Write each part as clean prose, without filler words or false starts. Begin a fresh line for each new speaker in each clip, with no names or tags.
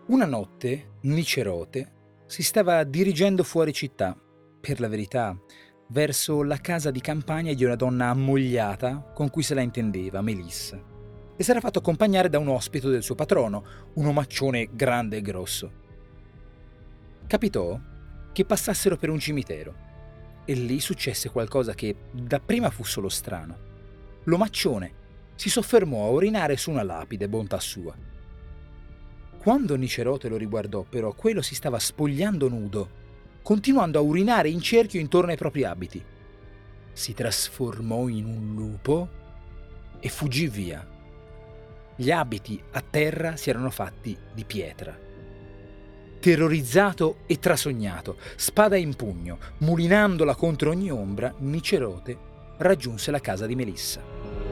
Una notte Nicerote si stava dirigendo fuori città, per la verità, verso la casa di campagna di una donna ammogliata con cui se la intendeva, Melissa, e s'era fatto accompagnare da un ospite del suo patrono, un omaccione grande e grosso. Capitò che passassero per un cimitero e lì successe qualcosa che dapprima fu solo strano. L'omaccione si soffermò a urinare su una lapide, bontà sua. Quando Nicerote lo riguardò, però, quello si stava spogliando nudo, continuando a urinare in cerchio intorno ai propri abiti. Si trasformò in un lupo e fuggì via. Gli abiti a terra si erano fatti di pietra. Terrorizzato e trasognato, spada in pugno, mulinandola contro ogni ombra, Nicerote raggiunse la casa di Melissa.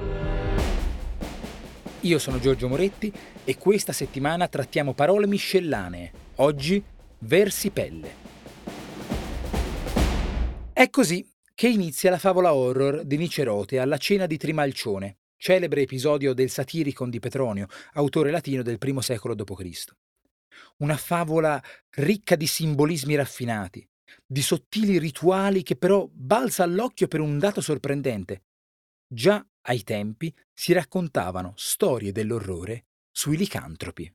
Io sono Giorgio Moretti e questa settimana trattiamo parole miscellanee. Oggi, versipelle. È così che inizia la favola horror di Nicerote alla cena di Trimalcione, celebre episodio del Satiricon di Petronio, autore latino del I secolo d.C. Una favola ricca di simbolismi raffinati, di sottili rituali che però balza all'occhio per un dato sorprendente. Già ai tempi si raccontavano storie dell'orrore sui licantropi.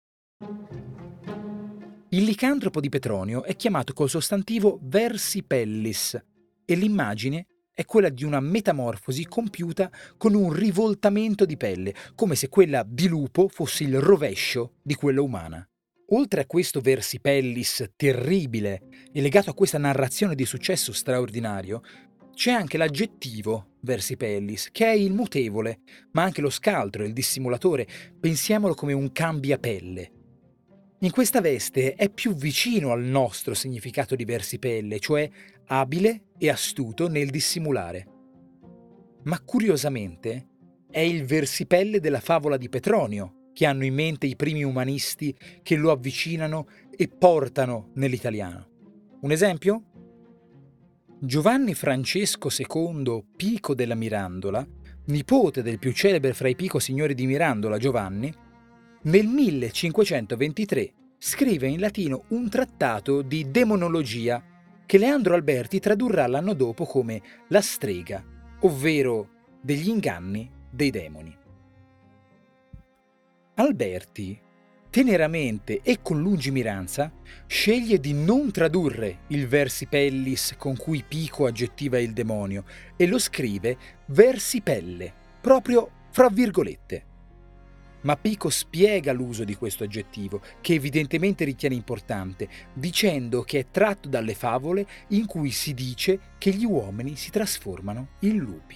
Il licantropo di Petronio è chiamato col sostantivo versipellis e l'immagine è quella di una metamorfosi compiuta con un rivoltamento di pelle, come se quella di lupo fosse il rovescio di quella umana. Oltre a questo versipellis terribile e legato a questa narrazione di successo straordinario, c'è anche l'aggettivo versipellis, che è il mutevole, ma anche lo scaltro, il dissimulatore. Pensiamolo come un cambiapelle. In questa veste è più vicino al nostro significato di versipelle, cioè abile e astuto nel dissimulare. Ma curiosamente è il versipelle della favola di Petronio che hanno in mente i primi umanisti che lo avvicinano e portano nell'italiano. Un esempio? Giovanni Francesco II Pico della Mirandola, nipote del più celebre fra i Pico signori di Mirandola, Giovanni, nel 1523 scrive in latino un trattato di demonologia che Leandro Alberti tradurrà l'anno dopo come la strega, ovvero degli inganni dei demoni. Alberti, teneramente e con lungimiranza, sceglie di non tradurre il versipellis con cui Pico aggettiva il demonio e lo scrive versipelle, proprio fra virgolette. Ma Pico spiega l'uso di questo aggettivo, che evidentemente ritiene importante, dicendo che è tratto dalle favole in cui si dice che gli uomini si trasformano in lupi.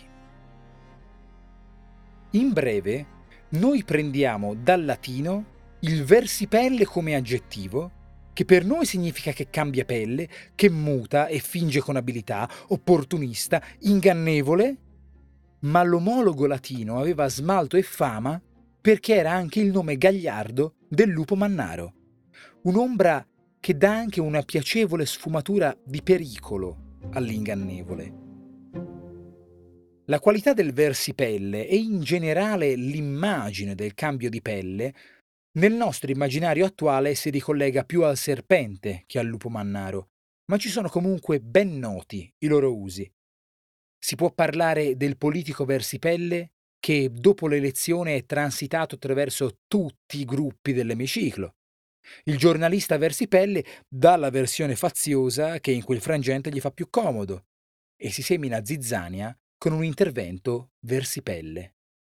In breve, noi prendiamo dal latino il versipelle come aggettivo, che per noi significa che cambia pelle, che muta e finge con abilità, opportunista, ingannevole, ma l'omologo latino aveva smalto e fama perché era anche il nome gagliardo del lupo mannaro, un'ombra che dà anche una piacevole sfumatura di pericolo all'ingannevole. La qualità del versipelle e in generale l'immagine del cambio di pelle nel nostro immaginario attuale si ricollega più al serpente che al lupo mannaro, ma ci sono comunque ben noti i loro usi. Si può parlare del politico versipelle che dopo l'elezione è transitato attraverso tutti i gruppi dell'emiciclo. Il giornalista versipelle dà la versione faziosa che in quel frangente gli fa più comodo e si semina zizzania con un intervento versipelle.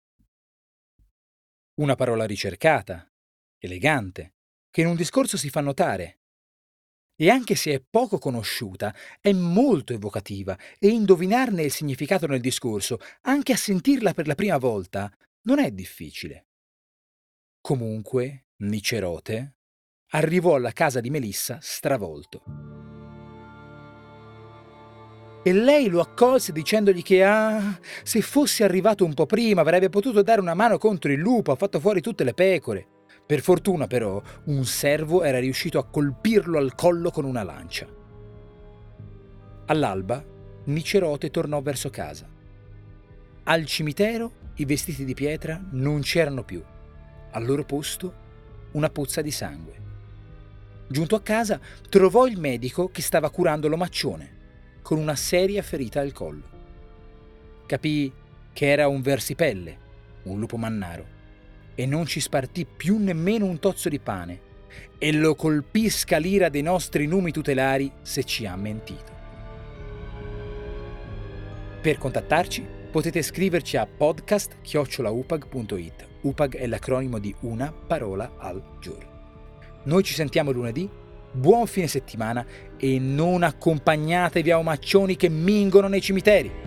Una parola ricercata, elegante, che in un discorso si fa notare. E anche se è poco conosciuta, è molto evocativa e indovinarne il significato nel discorso, anche a sentirla per la prima volta, non è difficile. Comunque, Nicerote arrivò alla casa di Melissa stravolto. E lei lo accolse dicendogli che, se fosse arrivato un po' prima avrebbe potuto dare una mano contro il lupo, ha fatto fuori tutte le pecore. Per fortuna, però, un servo era riuscito a colpirlo al collo con una lancia. All'alba, Nicerote tornò verso casa. Al cimitero i vestiti di pietra non c'erano più. Al loro posto, una pozza di sangue. Giunto a casa, trovò il medico che stava curando l'omaccione, con una seria ferita al collo. Capì che era un versipelle, un lupo mannaro, e non ci spartì più nemmeno un tozzo di pane, e lo colpì scalira dei nostri numi tutelari se ci ha mentito. Per contattarci potete scriverci a podcast@upag.it. UPAG è l'acronimo di Una parola al giorno. Noi ci sentiamo lunedì, buon fine settimana e non accompagnatevi a omaccioni che mingono nei cimiteri.